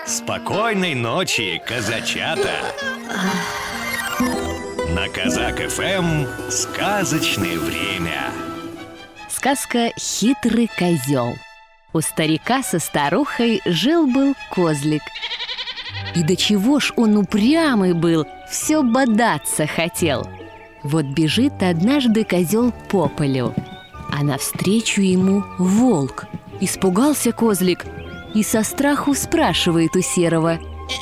Спокойной ночи, казачата! На Казак ФМ сказочное время. Сказка «Хитрый козел». У старика со старухой жил-был козлик. И до чего ж он упрямый был, все бодаться хотел. Вот бежит однажды козел по полю, а навстречу ему волк. Испугался козлик и со страху спрашивает у серого: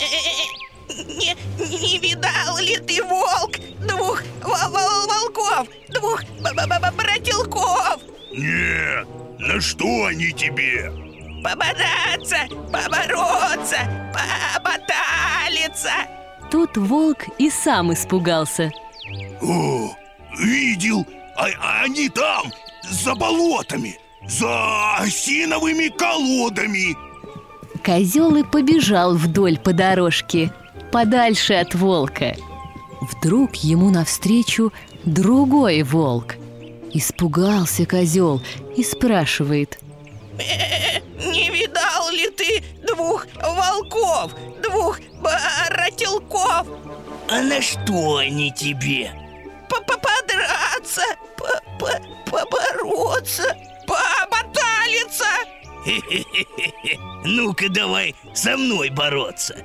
Не видал ли ты, волк, двух волков, двух брателков? Нет, на что они тебе? Пободаться, побороться, побаталиться. Тут волк и сам испугался. О, видел, они там, за болотами, за осиновыми колодами. Козел и побежал вдоль по дорожке, подальше от волка. Вдруг ему навстречу другой волк. Испугался козел и спрашивает: Не видал ли ты двух волков, двух брателков? А на что они тебе? Подраться, побороться, побаталиться. Ну-ка давай со мной бороться.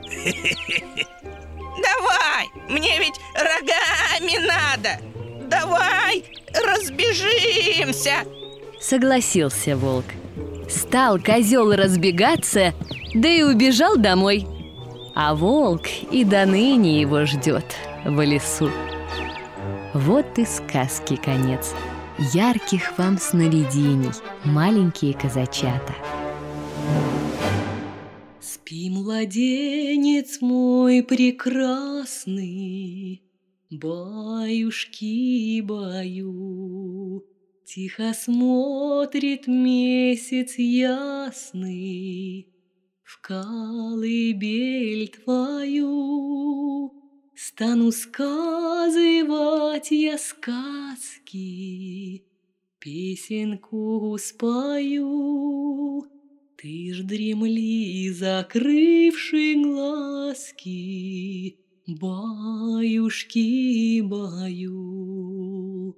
Давай, мне ведь рогами надо. Давай, разбежимся. Согласился волк. Стал козел разбегаться, да и убежал домой. А волк и до ныне его ждет в лесу. Вот и сказки конец. Ярких вам сновидений, маленькие казачата. Спи, младенец мой прекрасный, баюшки-баю. Тихо смотрит месяц ясный в колыбель твою. Стану сказывать я сказки, песенку спою. Ты ж дремли, закрывши глазки, баюшки-баю,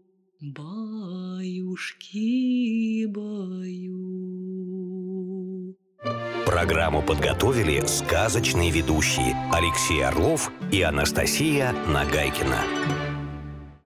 баюшки-баю. Программу подготовили сказочные ведущие Алексей Орлов и Анастасия Нагайкина.